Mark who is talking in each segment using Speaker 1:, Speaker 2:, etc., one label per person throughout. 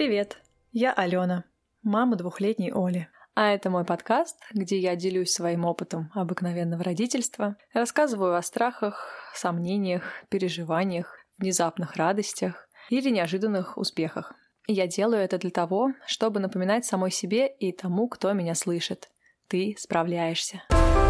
Speaker 1: Привет, я Алена, мама 2-летней Оли. А это мой подкаст, где я делюсь своим опытом обыкновенного родительства, рассказываю о страхах, сомнениях, переживаниях, внезапных радостях или неожиданных успехах. И я делаю это для того, чтобы напоминать самой себе и тому, кто меня слышит. Ты справляешься.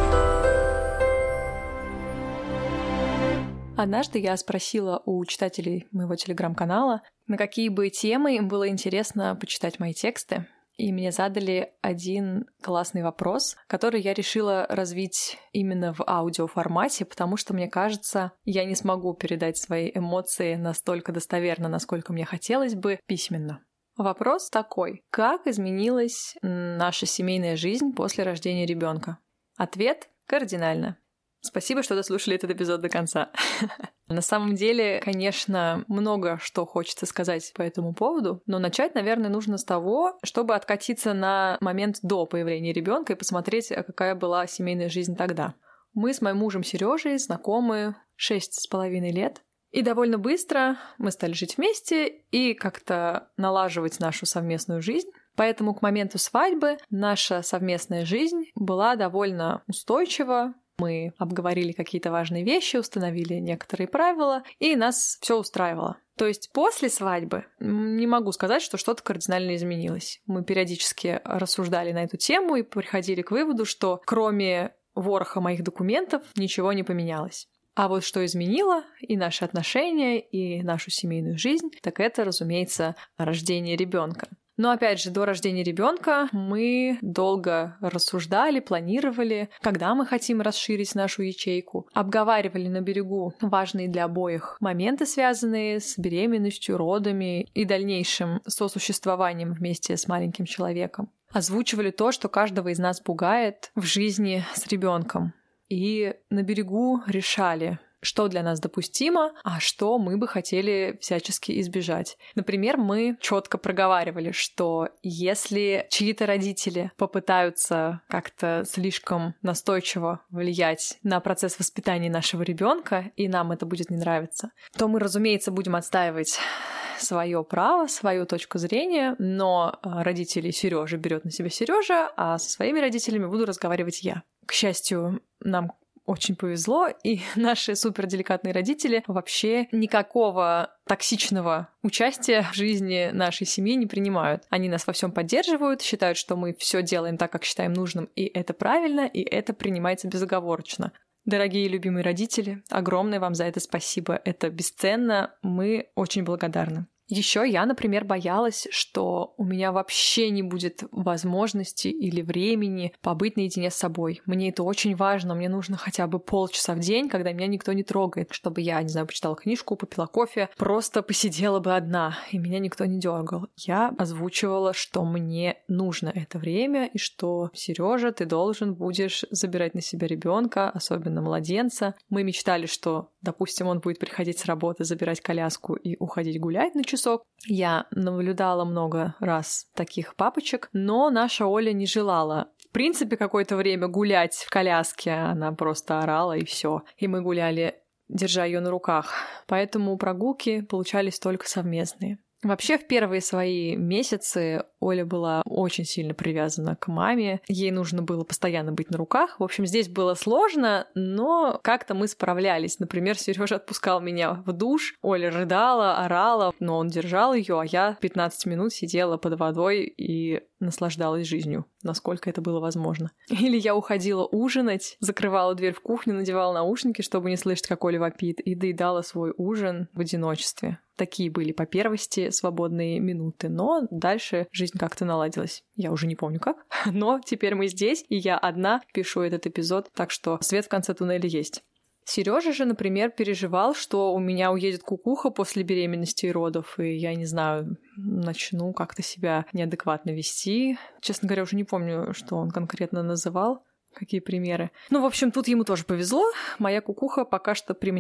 Speaker 1: Однажды я спросила у читателей моего телеграм-канала, на какие бы темы им было интересно почитать мои тексты. И мне задали один классный вопрос, который я решила развить именно в аудиоформате, потому что, мне кажется, я не смогу передать свои эмоции настолько достоверно, насколько мне хотелось бы, письменно. Вопрос такой: как изменилась наша семейная жизнь после рождения ребенка? Ответ — кардинально. Спасибо, что дослушали этот эпизод до конца. На самом деле, конечно, много что хочется сказать по этому поводу, но начать, наверное, нужно с того, чтобы откатиться на момент до появления ребенка и посмотреть, какая была семейная жизнь тогда. Мы с моим мужем Сережей знакомы 6,5 лет, и довольно быстро мы стали жить вместе и как-то налаживать нашу совместную жизнь. Поэтому к моменту свадьбы наша совместная жизнь была довольно устойчива. Мы обговорили какие-то важные вещи, установили некоторые правила, и нас все устраивало. То есть после свадьбы не могу сказать, что что-то кардинально изменилось. Мы периодически рассуждали на эту тему и приходили к выводу, что кроме вороха моих документов ничего не поменялось. А вот что изменило и наши отношения, и нашу семейную жизнь, так это, разумеется, рождение ребенка. Но опять же, до рождения ребенка мы долго рассуждали, планировали, когда мы хотим расширить нашу ячейку, обговаривали на берегу важные для обоих моменты, связанные с беременностью, родами и дальнейшим сосуществованием вместе с маленьким человеком. Озвучивали то, что каждого из нас пугает в жизни с ребенком. И на берегу решали, что для нас допустимо, а что мы бы хотели всячески избежать. Например, мы четко проговаривали, что если чьи-то родители попытаются как-то слишком настойчиво влиять на процесс воспитания нашего ребенка, и нам это будет не нравиться, то мы, разумеется, будем отстаивать свое право, свою точку зрения, но родителей Сережи берет на себя Сережа, а со своими родителями буду разговаривать я. К счастью, нам очень повезло, и наши суперделикатные родители вообще никакого токсичного участия в жизни нашей семьи не принимают. Они нас во всем поддерживают, считают, что мы все делаем так, как считаем нужным, и это правильно, и это принимается безоговорочно. Дорогие и любимые родители, огромное вам за это спасибо. Это бесценно, мы очень благодарны. Еще я, например, боялась, что у меня вообще не будет возможности или времени побыть наедине с собой. Мне это очень важно, мне нужно хотя бы полчаса в день, когда меня никто не трогает, чтобы я, не знаю, почитала книжку, попила кофе, просто посидела бы одна, и меня никто не дергал. Я озвучивала, что мне нужно это время, и что: Сережа, ты должен будешь забирать на себя ребенка, особенно младенца. Мы мечтали, что, допустим, он будет приходить с работы, забирать коляску и уходить гулять на часок. Я наблюдала много раз таких папочек, но наша Оля не желала, в принципе, какое-то время гулять в коляске. Она просто орала, и все. И мы гуляли, держа ее на руках. Поэтому прогулки получались только совместные. Вообще, в первые свои месяцы Оля была очень сильно привязана к маме. Ей нужно было постоянно быть на руках. В общем, здесь было сложно, но как-то мы справлялись. Например, Сережа отпускал меня в душ, Оля рыдала, орала, но он держал ее, а я 15 минут сидела под водой и наслаждалась жизнью, насколько это было возможно. Или я уходила ужинать, закрывала дверь в кухню, надевала наушники, чтобы не слышать, как Оля вопит, и доедала свой ужин в одиночестве. Такие были по первости свободные минуты, но дальше жизнь как-то наладилась. Я уже не помню как, но теперь мы здесь, и я одна пишу этот эпизод, так что свет в конце туннеля есть. Сережа же, например, переживал, что у меня уедет кукуха после беременности и родов, и я не знаю, начну как-то себя неадекватно вести. Честно говоря, уже не помню, что он конкретно называл, какие примеры. Ну, в общем, тут ему тоже повезло, моя кукуха пока что при мне.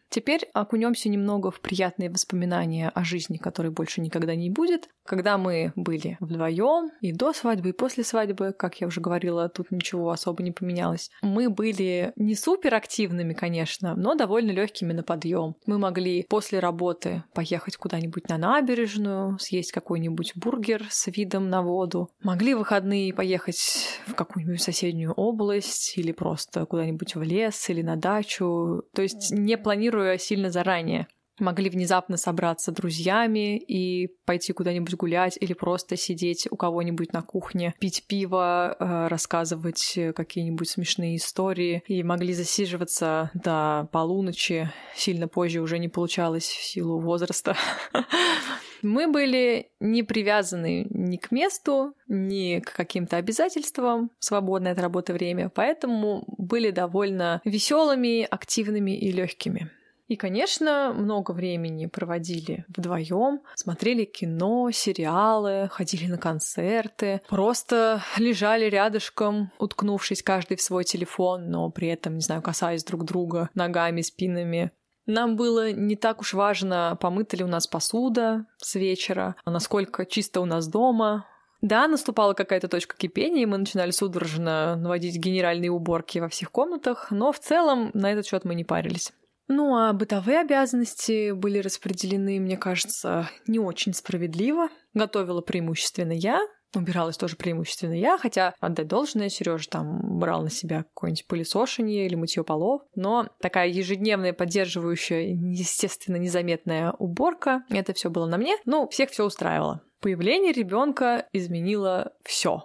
Speaker 1: Теперь окунемся немного в приятные воспоминания о жизни, которой больше никогда не будет. Когда мы были вдвоем и до свадьбы, и после свадьбы, как я уже говорила, тут ничего особо не поменялось. Мы были не суперактивными, конечно, но довольно легкими на подъем. Мы могли после работы поехать куда-нибудь на набережную, съесть какой-нибудь бургер с видом на воду. Могли в выходные поехать в какую-нибудь соседнюю область или просто куда-нибудь в лес или на дачу. То есть не планируя сильно заранее. Могли внезапно собраться друзьями и пойти куда-нибудь гулять или просто сидеть у кого-нибудь на кухне, пить пиво, рассказывать какие-нибудь смешные истории. И могли засиживаться до полуночи. Сильно позже уже не получалось в силу возраста. Мы были не привязаны ни к месту, ни к каким-то обязательствам в свободное от работы время, поэтому были довольно веселыми, активными и легкими. И, конечно, много времени проводили вдвоем, смотрели кино, сериалы, ходили на концерты, просто лежали рядышком, уткнувшись каждый в свой телефон, но при этом, не знаю, касаясь друг друга ногами, спинами. Нам было не так уж важно, помыта ли у нас посуда с вечера, насколько чисто у нас дома. Да, наступала какая-то точка кипения, и мы начинали судорожно наводить генеральные уборки во всех комнатах, но в целом на этот счет мы не парились. Ну а бытовые обязанности были распределены, мне кажется, не очень справедливо. Готовила преимущественно я, убиралась тоже преимущественно я, хотя отдать должное, Серёжа там брал на себя какое-нибудь пылесошение или мытье полов, но такая ежедневная, поддерживающая, естественно, незаметная уборка, это все было на мне, ну, всех все устраивало. Появление ребенка изменило все.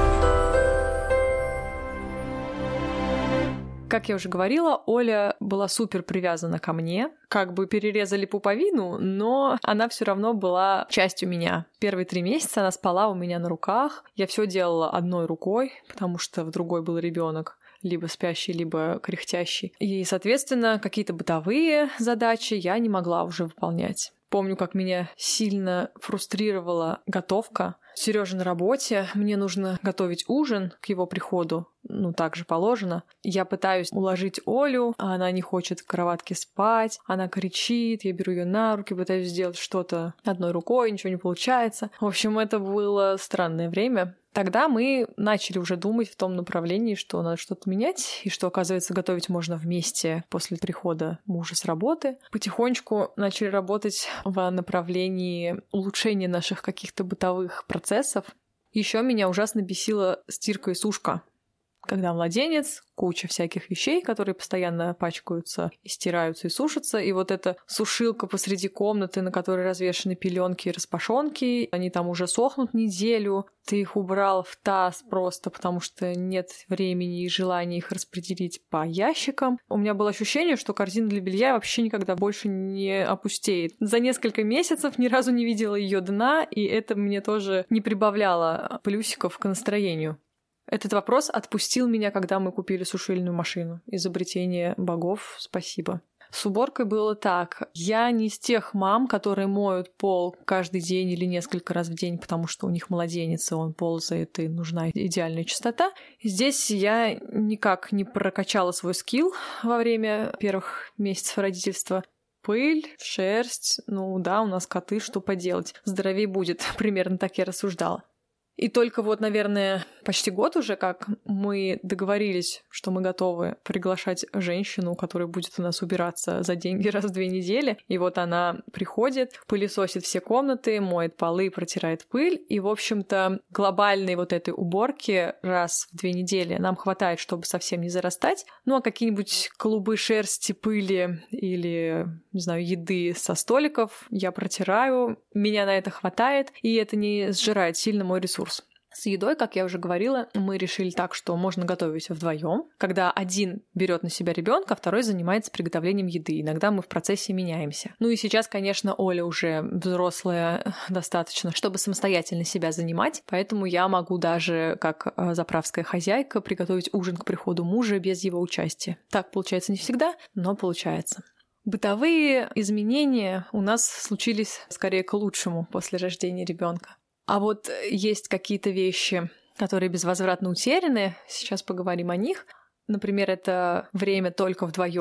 Speaker 1: Как я уже говорила, Оля была супер привязана ко мне. Как бы перерезали пуповину, но она все равно была частью меня. Первые 3 месяца она спала у меня на руках. Я все делала одной рукой, потому что в другой был ребенок, либо спящий, либо кряхтящий. И, соответственно, какие-то бытовые задачи я не могла уже выполнять. Помню, как меня сильно фрустрировала готовка. Серёжа на работе, мне нужно готовить ужин к его приходу, ну, так же положено. Я пытаюсь уложить Олю, а она не хочет в кроватке спать, она кричит, я беру ее на руки, пытаюсь сделать что-то одной рукой, ничего не получается. В общем, это было странное время. Тогда мы начали уже думать в том направлении, что надо что-то менять, и что, оказывается, готовить можно вместе после прихода мужа с работы. Потихонечку начали работать в направлении улучшения наших каких-то бытовых процессов. Еще меня ужасно бесила стирка и сушка. Когда младенец, куча всяких вещей, которые постоянно пачкаются и стираются и сушатся, и вот эта сушилка посреди комнаты, на которой развешаны пеленки и распашонки, они там уже сохнут неделю, ты их убрал в таз просто потому, что нет времени и желания их распределить по ящикам. У меня было ощущение, что корзина для белья вообще никогда больше не опустеет. За несколько месяцев ни разу не видела ее дна, и это мне тоже не прибавляло плюсиков к настроению. Этот вопрос отпустил меня, когда мы купили сушильную машину. Изобретение богов, спасибо. С уборкой было так. Я не из тех мам, которые моют пол каждый день или несколько раз в день, потому что у них младенец, и он ползает, и нужна идеальная чистота. Здесь я никак не прокачала свой скилл во время первых месяцев родительства. Пыль, шерсть, ну да, у нас коты, что поделать. Здоровей будет, примерно так я рассуждала. И только вот, наверное, почти год уже, как мы договорились, что мы готовы приглашать женщину, которая будет у нас убираться за деньги раз в 2 недели. И вот она приходит, пылесосит все комнаты, моет полы, протирает пыль. И, в общем-то, глобальной вот этой уборки раз в 2 недели нам хватает, чтобы совсем не зарастать. Ну, а какие-нибудь клубы шерсти, пыли или, не знаю, еды со столиков я протираю. Меня на это хватает, и это не сжирает сильно мой ресурс. С едой, как я уже говорила, мы решили так, что можно готовить вдвоем, когда один берет на себя ребенка, а второй занимается приготовлением еды. Иногда мы в процессе меняемся. Ну и сейчас, конечно, Оля уже взрослая достаточно, чтобы самостоятельно себя занимать, поэтому я могу даже, как заправская хозяйка, приготовить ужин к приходу мужа без его участия. Так получается не всегда, но получается. Бытовые изменения у нас случились скорее к лучшему после рождения ребенка. А вот есть какие-то вещи, которые безвозвратно утеряны. Сейчас поговорим о них. Например, это время только вдвоем.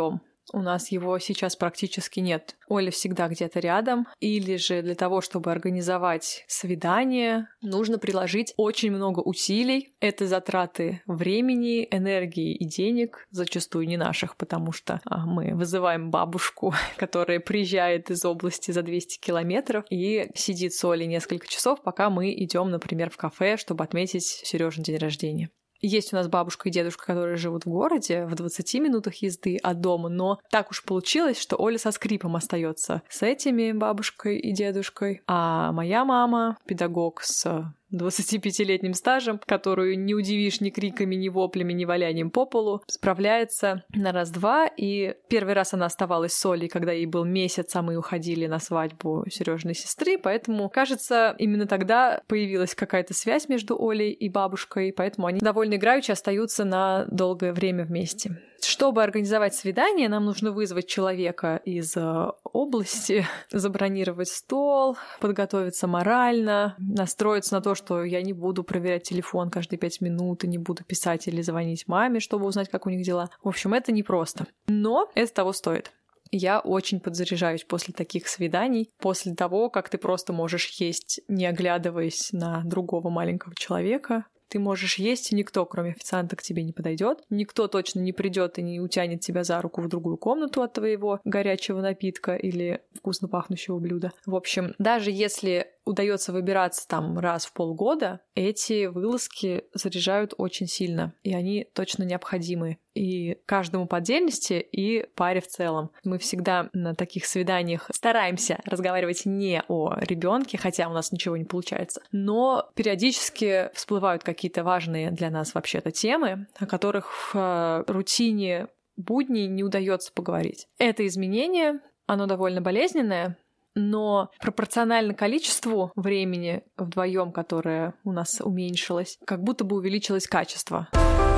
Speaker 1: у нас его сейчас практически нет. Оля всегда где-то рядом. Или же для того, чтобы организовать свидание, нужно приложить очень много усилий. Это затраты времени, энергии и денег, зачастую не наших, потому что мы вызываем бабушку, которая приезжает из области за 200 километров и сидит с Олей несколько часов, пока мы идем, например, в кафе, чтобы отметить Сережин день рождения. Есть у нас бабушка и дедушка, которые живут в городе, в 20 минутах езды от дома, но так уж получилось, что Оля со скрипом остается с этими бабушкой и дедушкой, а моя мама, педагог с 25-летним стажем, которую не удивишь ни криками, ни воплями, ни валянием по полу, справляется на раз-два. И первый раз она оставалась с Олей, когда ей был месяц, а мы уходили на свадьбу Сережиной сестры, поэтому, кажется, именно тогда появилась какая-то связь между Олей и бабушкой, поэтому они довольно играючи остаются на долгое время вместе. Чтобы организовать свидание, нам нужно вызвать человека из области, забронировать стол, подготовиться морально, настроиться на то, что я не буду проверять телефон каждые 5 минут и не буду писать или звонить маме, чтобы узнать, как у них дела. В общем, это непросто. Но это того стоит. Я очень подзаряжаюсь после таких свиданий, после того, как ты просто можешь есть, не оглядываясь на другого маленького человека. Ты можешь есть, и никто, кроме официанта, к тебе не подойдет. Никто точно не придет и не утянет тебя за руку в другую комнату от твоего горячего напитка или вкусно пахнущего блюда. В общем, даже если удается выбираться там раз в полгода, эти вылазки заряжают очень сильно, и они точно необходимы. И каждому по отдельности, и паре в целом. Мы всегда на таких свиданиях стараемся разговаривать не о ребенке, хотя у нас ничего не получается, но периодически всплывают какие-то важные для нас вообще-то темы, о которых в рутине будней не удается поговорить. Это изменение, оно довольно болезненное, но пропорционально количеству времени вдвоем, которое у нас уменьшилось, как будто бы увеличилось качество.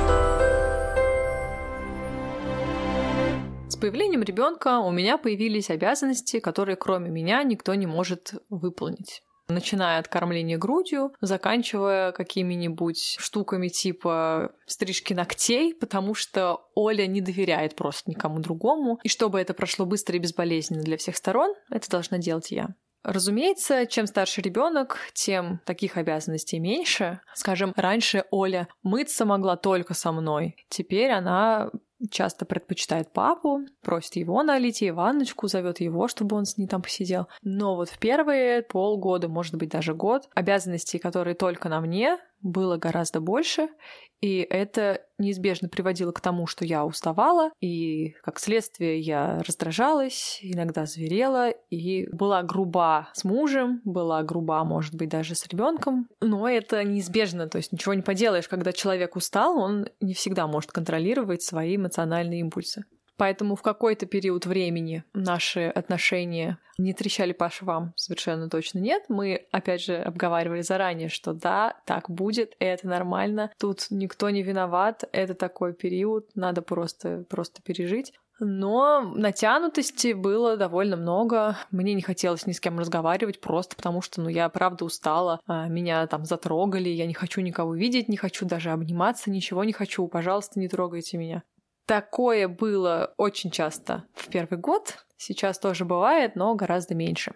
Speaker 1: С появлением ребенка у меня появились обязанности, которые кроме меня никто не может выполнить. Начиная от кормления грудью, заканчивая какими-нибудь штуками типа стрижки ногтей, потому что Оля не доверяет просто никому другому. И чтобы это прошло быстро и безболезненно для всех сторон, это должна делать я. Разумеется, чем старше ребенок, тем таких обязанностей меньше. Скажем, раньше Оля мыться могла только со мной. Теперь она часто предпочитает папу, просит его налить ей ванночку, зовет его, чтобы он с ней там посидел. Но вот в первые полгода, может быть, даже год, обязанностей, которые только на мне, было гораздо больше, и это неизбежно приводило к тому, что я уставала, и, как следствие, я раздражалась, иногда зверела, и была груба с мужем, была груба, может быть, даже с ребенком, но это неизбежно, то есть ничего не поделаешь, когда человек устал, он не всегда может контролировать свои эмоциональные импульсы. Поэтому в какой-то период времени наши отношения не трещали по швам, совершенно точно нет. Мы, опять же, обговаривали заранее, что да, так будет, это нормально, тут никто не виноват, это такой период, надо просто пережить. Но натянутости было довольно много. Мне не хотелось ни с кем разговаривать, просто потому что, я правда устала. Меня там затрогали, я не хочу никого видеть, не хочу даже обниматься, ничего не хочу, пожалуйста, не трогайте меня. Такое было очень часто в первый год, сейчас тоже бывает, но гораздо меньше.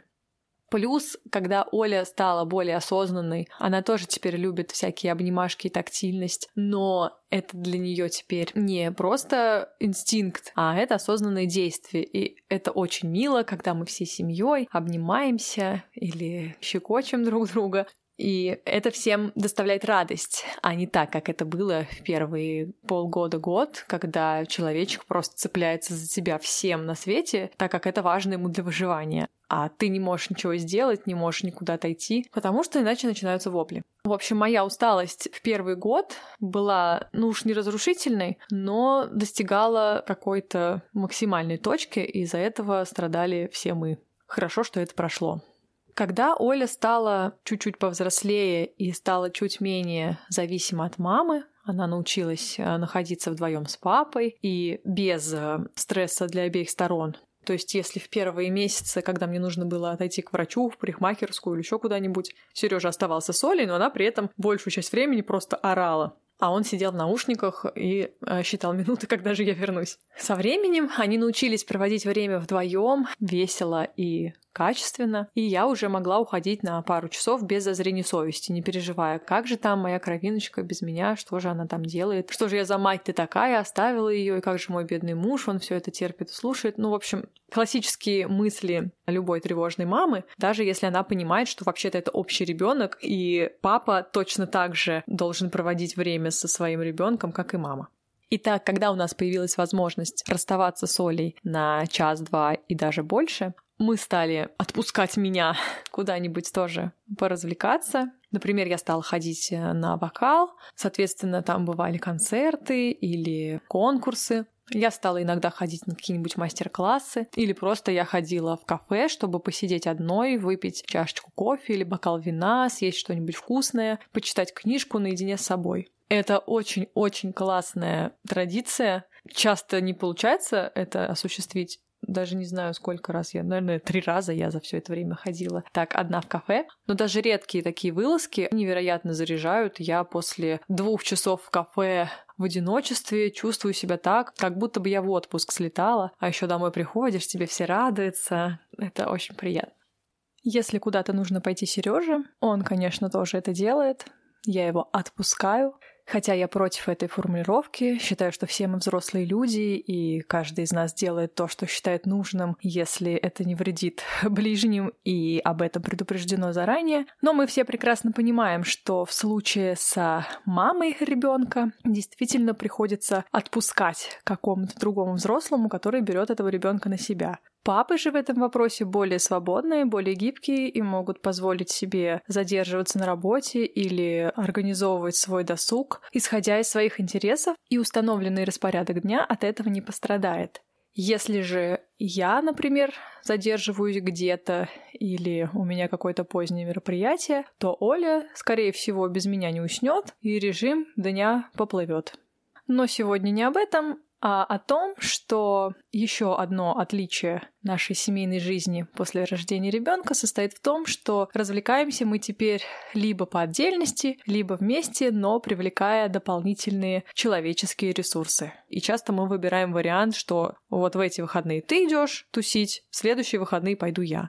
Speaker 1: Плюс, когда Оля стала более осознанной, она тоже теперь любит всякие обнимашки и тактильность, но это для нее теперь не просто инстинкт, а это осознанное действие. И это очень мило, когда мы всей семьей обнимаемся или щекочем друг друга. И это всем доставляет радость, а не так, как это было в первые полгода-год, когда человечек просто цепляется за тебя всем на свете, так как это важно ему для выживания. А ты не можешь ничего сделать, не можешь никуда отойти, потому что иначе начинаются вопли. В общем, моя усталость в первый год была, уж не разрушительной, но достигала какой-то максимальной точки, и из-за этого страдали все мы. Хорошо, что это прошло. Когда Оля стала чуть-чуть повзрослее и стала чуть менее зависима от мамы, она научилась находиться вдвоем с папой и без стресса для обеих сторон. То есть если в первые месяцы, когда мне нужно было отойти к врачу, в парикмахерскую или еще куда-нибудь, Сережа оставался с Олей, но она при этом большую часть времени просто орала. а он сидел в наушниках и считал минуты, когда же я вернусь. Со временем они научились проводить время вдвоем, весело и качественно, и я уже могла уходить на пару часов без зазрения совести, не переживая, как же там моя кровиночка без меня, что же она там делает, что же я за мать ты такая, оставила ее, и как же мой бедный муж, он все это терпит и слушает. Ну, в общем, классические мысли любой тревожной мамы, даже если она понимает, что вообще-то это общий ребенок, и папа точно так же должен проводить время со своим ребенком, как и мама. Итак, когда у нас появилась возможность расставаться с Олей на час-два и даже больше, мы стали отпускать меня куда-нибудь тоже поразвлекаться. Например, я стала ходить на вокал, соответственно, там бывали концерты или конкурсы. Я стала иногда ходить на какие-нибудь мастер-классы, или просто я ходила в кафе, чтобы посидеть одной, выпить чашечку кофе или бокал вина, съесть что-нибудь вкусное, почитать книжку наедине с собой. Это очень-очень классная традиция. Часто не получается это осуществить. Даже не знаю, сколько раз наверное, 3 раза я за все это время ходила так одна в кафе. Но даже редкие такие вылазки невероятно заряжают. Я после 2 часов в кафе в одиночестве чувствую себя так, как будто бы я в отпуск слетала, а еще домой приходишь, тебе все радуются. Это очень приятно. Если куда-то нужно пойти Сереже, он, конечно, тоже это делает. Я его отпускаю. Хотя я против этой формулировки, считаю, что все мы взрослые люди, и каждый из нас делает то, что считает нужным, если это не вредит ближним, и об этом предупреждено заранее. Но мы все прекрасно понимаем, что в случае с мамой ребенка действительно приходится отпускать какому-то другому взрослому, который берет этого ребенка на себя. Папы же в этом вопросе более свободные, более гибкие и могут позволить себе задерживаться на работе или организовывать свой досуг, исходя из своих интересов, и установленный распорядок дня от этого не пострадает. Если же я, например, задерживаюсь где-то или у меня какое-то позднее мероприятие, то Оля, скорее всего, без меня не уснет, и режим дня поплывет. Но сегодня не об этом, а о том, что еще одно отличие нашей семейной жизни после рождения ребенка состоит в том, что развлекаемся мы теперь либо по отдельности, либо вместе, но привлекая дополнительные человеческие ресурсы. И часто мы выбираем вариант, что вот в эти выходные ты идешь тусить, в следующие выходные пойду я.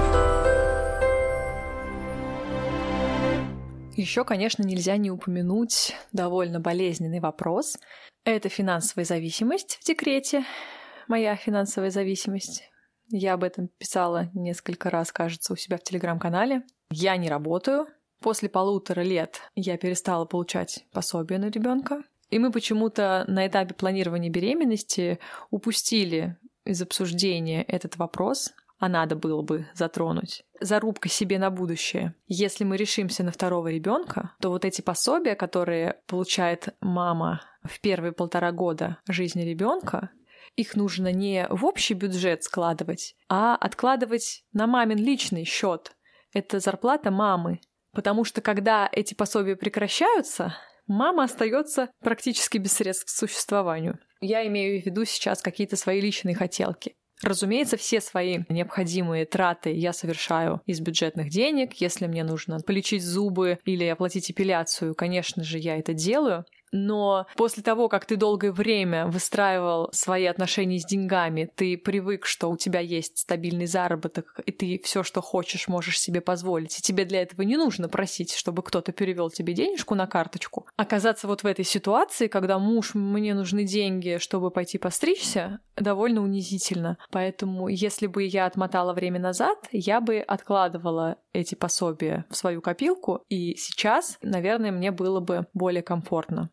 Speaker 1: Еще, конечно, нельзя не упомянуть довольно болезненный вопрос. Это финансовая зависимость в декрете, моя финансовая зависимость. Я об этом писала несколько раз, кажется, у себя в Телеграм-канале. Я не работаю. После 1,5 лет я перестала получать пособие на ребенка. И мы почему-то на этапе планирования беременности упустили из обсуждения этот вопрос, а надо было бы затронуть. Зарубка себе на будущее. Если мы решимся на 2-го ребенка, то вот эти пособия, которые получает мама в первые 1,5 года жизни ребенка, их нужно не в общий бюджет складывать, а откладывать на мамин личный счет. Это зарплата мамы. Потому что когда эти пособия прекращаются, мама остается практически без средств к существованию. Я имею в виду сейчас какие-то свои личные хотелки. Разумеется, все свои необходимые траты я совершаю из бюджетных денег. Если мне нужно полечить зубы или оплатить эпиляцию, конечно же, я это делаю. Но после того, как ты долгое время выстраивал свои отношения с деньгами, ты привык, что у тебя есть стабильный заработок, и ты все, что хочешь, можешь себе позволить, и тебе для этого не нужно просить, чтобы кто-то перевел тебе денежку на карточку. Оказаться вот в этой ситуации, когда муж, мне нужны деньги, чтобы пойти постричься, довольно унизительно. Поэтому, если бы я отмотала время назад, я бы откладывала эти пособия в свою копилку, и сейчас, наверное, мне было бы более комфортно.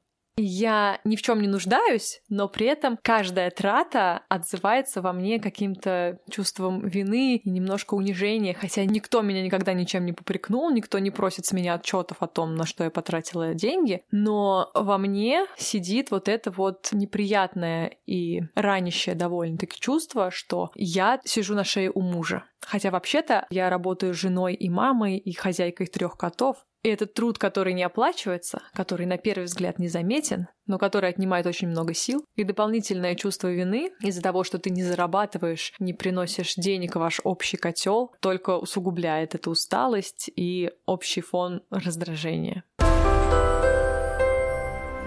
Speaker 1: Я ни в чем не нуждаюсь, но при этом каждая трата отзывается во мне каким-то чувством вины и немножко унижения, хотя никто меня никогда ничем не попрекнул, никто не просит с меня отчетов о том, на что я потратила деньги, но во мне сидит вот это вот неприятное и ранящее довольно-таки чувство, что я сижу на шее у мужа. Хотя вообще-то я работаю женой и мамой, и хозяйкой 3 котов. И этот труд, который не оплачивается, который на первый взгляд незаметен, но который отнимает очень много сил, и дополнительное чувство вины из-за того, что ты не зарабатываешь, не приносишь денег в ваш общий котел, только усугубляет эту усталость и общий фон раздражения.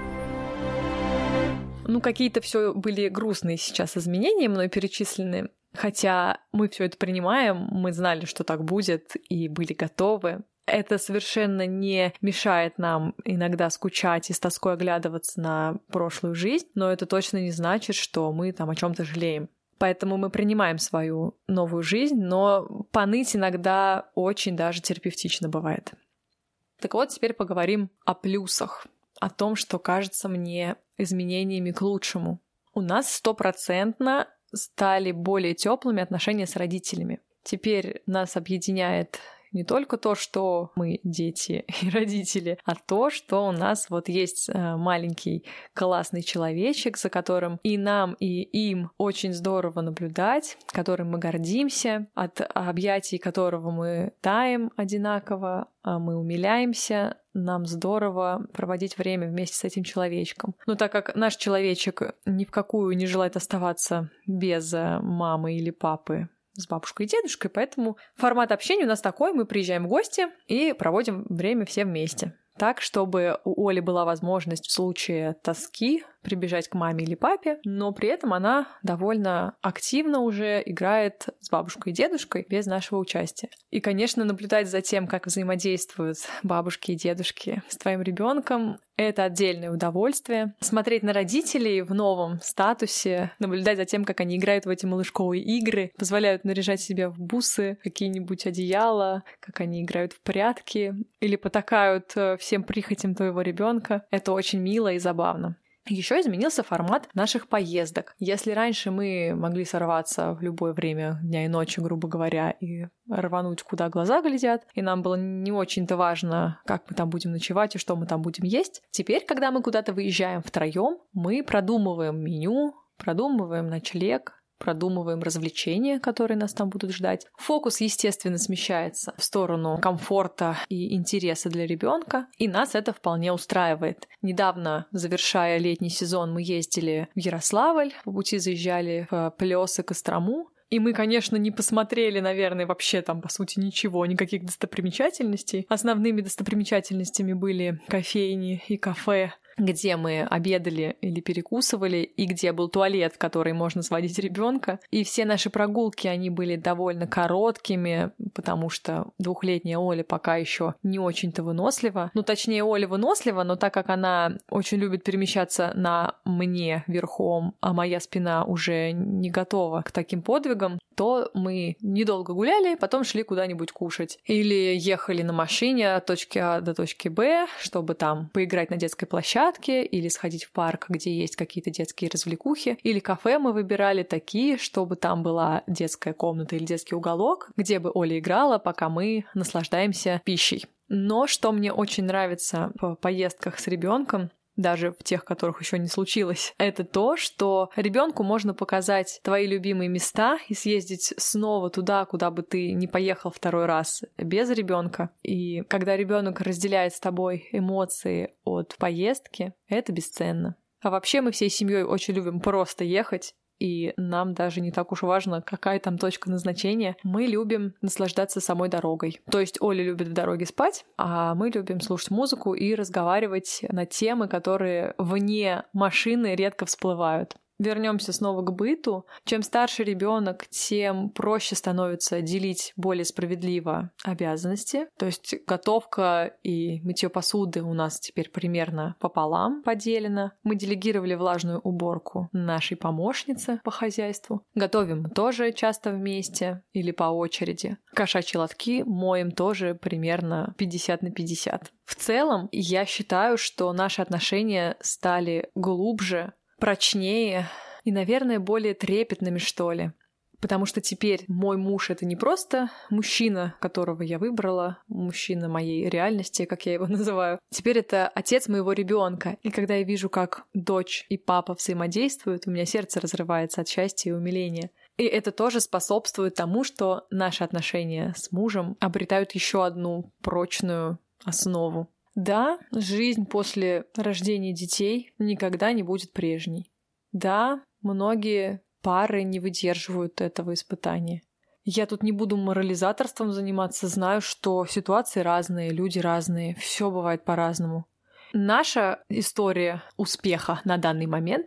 Speaker 1: Какие-то все были грустные сейчас изменения, мной перечислены. Хотя мы все это принимаем, мы знали, что так будет, и были готовы. Это совершенно не мешает нам иногда скучать и с тоской оглядываться на прошлую жизнь, но это точно не значит, что мы там о чем-то жалеем. Поэтому мы принимаем свою новую жизнь, но поныть иногда очень даже терапевтично бывает. Так вот, теперь поговорим о плюсах, о том, что кажется мне изменениями к лучшему. У нас 100% стали более теплыми отношения с родителями. Теперь нас объединяет не только то, что мы дети и родители, а то, что у нас вот есть маленький классный человечек, за которым и нам, и им очень здорово наблюдать, которым мы гордимся, от объятий которого мы таем одинаково, мы умиляемся, нам здорово проводить время вместе с этим человечком. Но так как наш человечек ни в какую не желает оставаться без мамы или папы, с бабушкой и дедушкой, поэтому формат общения у нас такой: мы приезжаем в гости и проводим время все вместе. Так, чтобы у Оли была возможность в случае тоски прибежать к маме или папе, но при этом она довольно активно уже играет с бабушкой и дедушкой без нашего участия. И, конечно, наблюдать за тем, как взаимодействуют бабушки и дедушки с твоим ребенком, это отдельное удовольствие. Смотреть на родителей в новом статусе, наблюдать за тем, как они играют в эти малышковые игры, позволяют наряжать себя в бусы, какие-нибудь одеяла, как они играют в прятки или потакают всем прихотям твоего ребенка. Это очень мило и забавно. Еще изменился формат наших поездок. Если раньше мы могли сорваться в любое время дня и ночи, грубо говоря, и рвануть, куда глаза глядят, и нам было не очень-то важно, как мы там будем ночевать и что мы там будем есть, теперь, когда мы куда-то выезжаем втроем, мы продумываем меню, продумываем ночлег, продумываем развлечения, которые нас там будут ждать. Фокус, естественно, смещается в сторону комфорта и интереса для ребенка, и нас это вполне устраивает. Недавно, завершая летний сезон, мы ездили в Ярославль, по пути заезжали в Плёс и Кострому, и мы, конечно, не посмотрели, наверное, вообще там, по сути, ничего, никаких достопримечательностей. Основными достопримечательностями были кофейни и кафе, где мы обедали или перекусывали, и где был туалет, в который можно сводить ребенка. И все наши прогулки, они были довольно короткими, потому что двухлетняя Оля пока еще не очень-то вынослива. Точнее, Оля вынослива, но так как она очень любит перемещаться на мне верхом, а моя спина уже не готова к таким подвигам, то мы недолго гуляли, потом шли куда-нибудь кушать. Или ехали на машине от точки А до точки Б, чтобы там поиграть на детской площадке, или сходить в парк, где есть какие-то детские развлекухи, или кафе мы выбирали такие, чтобы там была детская комната или детский уголок, где бы Оля играла, пока мы наслаждаемся пищей. Но что мне очень нравится в поездках с ребенком, даже в тех, которых еще не случилось, это то, что ребенку можно показать твои любимые места и съездить снова туда, куда бы ты не поехал второй раз без ребенка. И когда ребенок разделяет с тобой эмоции от поездки, это бесценно. А вообще мы всей семьей очень любим просто ехать, и нам даже не так уж важно, какая там точка назначения. Мы любим наслаждаться самой дорогой. То есть Оля любит в дороге спать, а мы любим слушать музыку и разговаривать на темы, которые вне машины редко всплывают. Вернемся снова к быту. Чем старше ребенок, тем проще становится делить более справедливо обязанности. То есть готовка и мытье посуды у нас теперь примерно пополам поделено. Мы делегировали влажную уборку нашей помощнице по хозяйству. Готовим тоже часто вместе или по очереди. Кошачьи лотки моем тоже примерно 50/50. В целом, я считаю, что наши отношения стали глубже, прочнее и, наверное, более трепетными, что ли. Потому что теперь мой муж — это не просто мужчина, которого я выбрала, мужчина моей реальности, как я его называю. Теперь это отец моего ребенка. И когда я вижу, как дочь и папа взаимодействуют, у меня сердце разрывается от счастья и умиления. И это тоже способствует тому, что наши отношения с мужем обретают еще одну прочную основу. Да, жизнь после рождения детей никогда не будет прежней. Да, многие пары не выдерживают этого испытания. Я тут не буду морализаторством заниматься, знаю, что ситуации разные, люди разные, все бывает по-разному. Наша история успеха на данный момент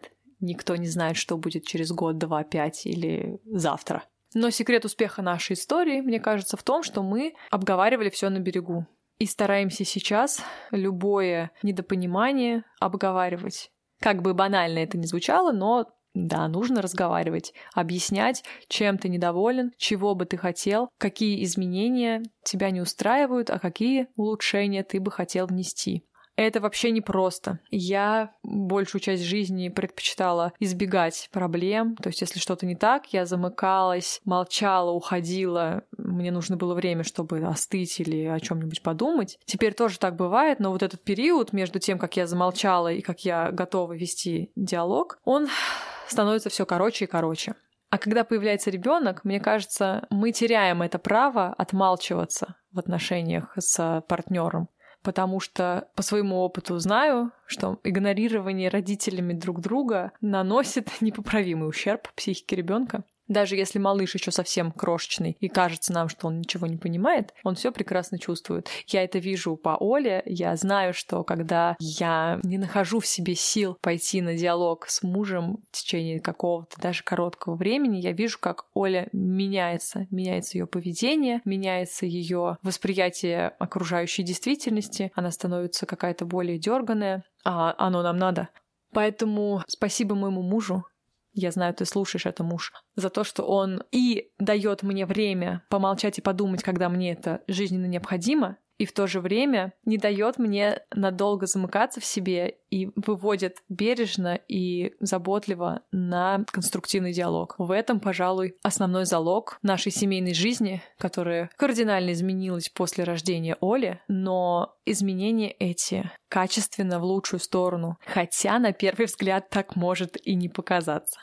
Speaker 1: Никто не знает, что будет через год, 2, 5 или завтра. Но секрет успеха нашей истории, мне кажется, в том, что мы обговаривали все на берегу. И стараемся сейчас любое недопонимание обговаривать. Как бы банально это ни звучало, но да, нужно разговаривать, объяснять, чем ты недоволен, чего бы ты хотел, какие изменения тебя не устраивают, а какие улучшения ты бы хотел внести. Это вообще непросто. Я большую часть жизни предпочитала избегать проблем. То есть, если что-то не так, я замыкалась, молчала, уходила. Мне нужно было время, чтобы остыть или о чем-нибудь подумать. Теперь тоже так бывает, но вот этот период между тем, как я замолчала и как я готова вести диалог, он становится все короче и короче. А когда появляется ребенок, мне кажется, мы теряем это право отмалчиваться в отношениях с партнером. Потому что по своему опыту знаю, что игнорирование родителями друг друга наносит непоправимый ущерб психике ребенка. Даже если малыш еще совсем крошечный и кажется нам, что он ничего не понимает, он все прекрасно чувствует. Я это вижу по Оле. Я знаю, что когда я не нахожу в себе сил пойти на диалог с мужем в течение какого-то даже короткого времени, я вижу, как Оля меняется. Меняется ее поведение, меняется ее восприятие окружающей действительности. Она становится какая-то более дерганая. А оно нам надо. Поэтому спасибо моему мужу. Я знаю, ты слушаешь, это муж, за то, что он и дает мне время помолчать и подумать, когда мне это жизненно необходимо, и в то же время не дает мне надолго замыкаться в себе и выводит бережно и заботливо на конструктивный диалог. В этом, пожалуй, основной залог нашей семейной жизни, которая кардинально изменилась после рождения Оли, но изменения эти качественно в лучшую сторону, хотя на первый взгляд так может и не показаться.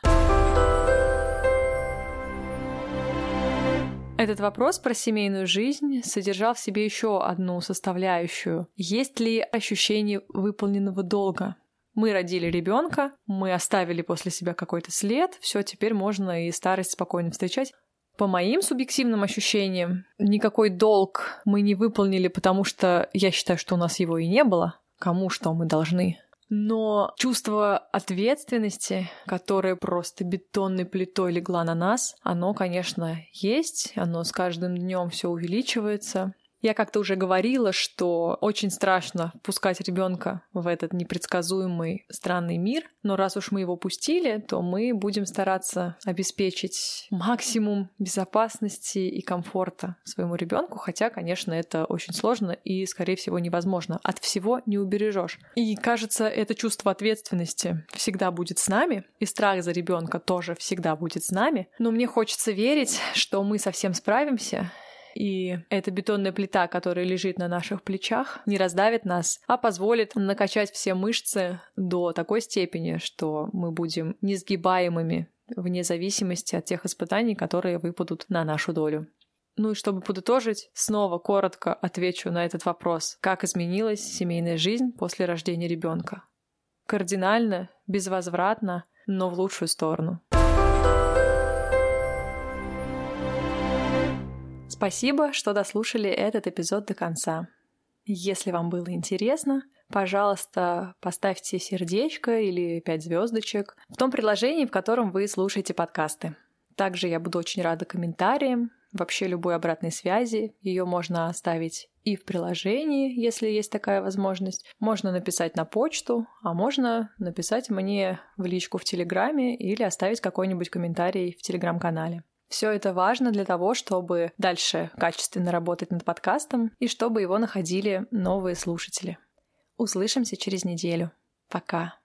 Speaker 1: Этот вопрос про семейную жизнь содержал в себе еще одну составляющую. Есть ли ощущение выполненного долга? Мы родили ребенка, мы оставили после себя какой-то след, все, теперь можно и старость спокойно встречать. По моим субъективным ощущениям, никакой долг мы не выполнили, потому что я считаю, что у нас его и не было. Кому что мы должны? Но чувство ответственности, которое просто бетонной плитой легла на нас, оно, конечно, есть, оно с каждым днем все увеличивается. Я как-то уже говорила, что очень страшно пускать ребенка в этот непредсказуемый странный мир, но раз уж мы его пустили, то мы будем стараться обеспечить максимум безопасности и комфорта своему ребенку, хотя, конечно, это очень сложно и, скорее всего, невозможно. От всего не убережешь. И, кажется, это чувство ответственности всегда будет с нами, и страх за ребенка тоже всегда будет с нами, но мне хочется верить, что мы совсем справимся. И эта бетонная плита, которая лежит на наших плечах, не раздавит нас, а позволит накачать все мышцы до такой степени, что мы будем несгибаемыми вне зависимости от тех испытаний, которые выпадут на нашу долю. Ну и чтобы подытожить, снова коротко отвечу на этот вопрос. Как изменилась семейная жизнь после рождения ребенка? Кардинально, безвозвратно, но в лучшую сторону. Спасибо, что дослушали этот эпизод до конца. Если вам было интересно, пожалуйста, поставьте сердечко или 5 звездочек в том приложении, в котором вы слушаете подкасты. Также я буду очень рада комментариям, вообще любой обратной связи. Ее можно оставить и в приложении, если есть такая возможность. Можно написать на почту, а можно написать мне в личку в Телеграме или оставить какой-нибудь комментарий в Телеграм-канале. Все это важно для того, чтобы дальше качественно работать над подкастом и чтобы его находили новые слушатели. Услышимся через неделю. Пока.